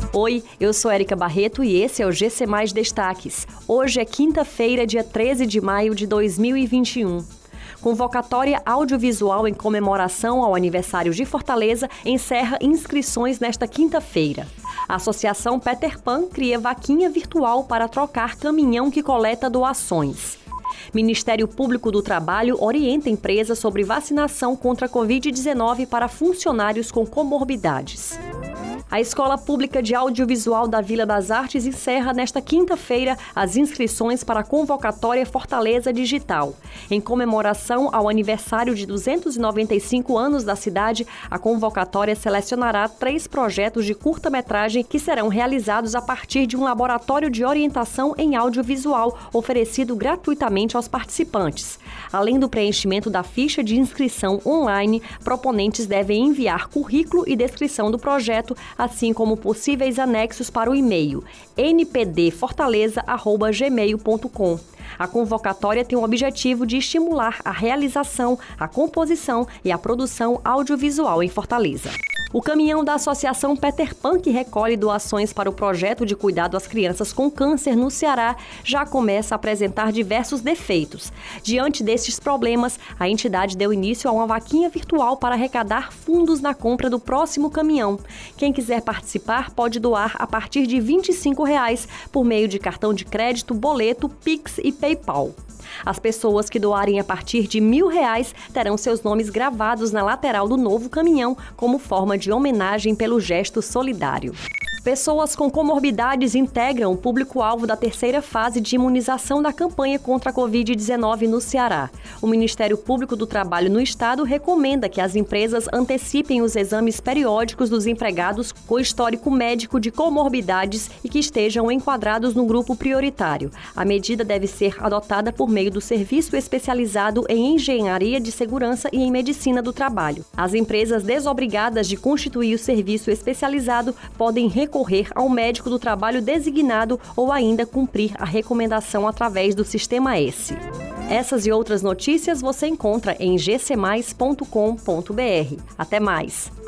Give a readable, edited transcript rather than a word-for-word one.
Oi, eu sou Érica Barreto e esse é o GC Mais Destaques. Hoje é quinta-feira, dia 13 de maio de 2021. Convocatória audiovisual em comemoração ao aniversário de Fortaleza encerra inscrições nesta quinta-feira. A Associação Peter Pan cria vaquinha virtual para trocar caminhão que coleta doações. Ministério Público do Trabalho orienta empresas sobre vacinação contra a Covid-19 para funcionários com comorbidades. A Escola Pública de Audiovisual da Vila das Artes encerra nesta quinta-feira as inscrições para a convocatória Fortaleza Digital. Em comemoração ao aniversário de 295 anos da cidade, a convocatória selecionará 3 projetos de curta-metragem que serão realizados a partir de um laboratório de orientação em audiovisual oferecido gratuitamente aos participantes. Além do preenchimento da ficha de inscrição online, proponentes devem enviar currículo e descrição do projeto, assim como possíveis anexos para o e-mail npdfortaleza@gmail.com. A convocatória tem o objetivo de estimular a realização, a composição e a produção audiovisual em Fortaleza. O caminhão da Associação Peter Pan, que recolhe doações para o projeto de cuidado às crianças com câncer no Ceará, já começa a apresentar diversos defeitos. Diante destes problemas, a entidade deu início a uma vaquinha virtual para arrecadar fundos na compra do próximo caminhão. Quem quiser participar pode doar a partir de R$ 25 por meio de cartão de crédito, boleto, Pix e PayPal. As pessoas que doarem a partir de R$ 1.000 terão seus nomes gravados na lateral do novo caminhão como forma de homenagem pelo gesto solidário. Pessoas com comorbidades integram o público-alvo da terceira fase de imunização da campanha contra a Covid-19 no Ceará. O Ministério Público do Trabalho no Estado recomenda que as empresas antecipem os exames periódicos dos empregados com histórico médico de comorbidades e que estejam enquadrados no grupo prioritário. A medida deve ser adotada por meio do Serviço Especializado em Engenharia de Segurança e em Medicina do Trabalho. As empresas desobrigadas de constituir o serviço especializado podem recorrer ao médico do trabalho designado ou ainda cumprir a recomendação através do Sistema S. Essas e outras notícias você encontra em gcmais.com.br. Até mais!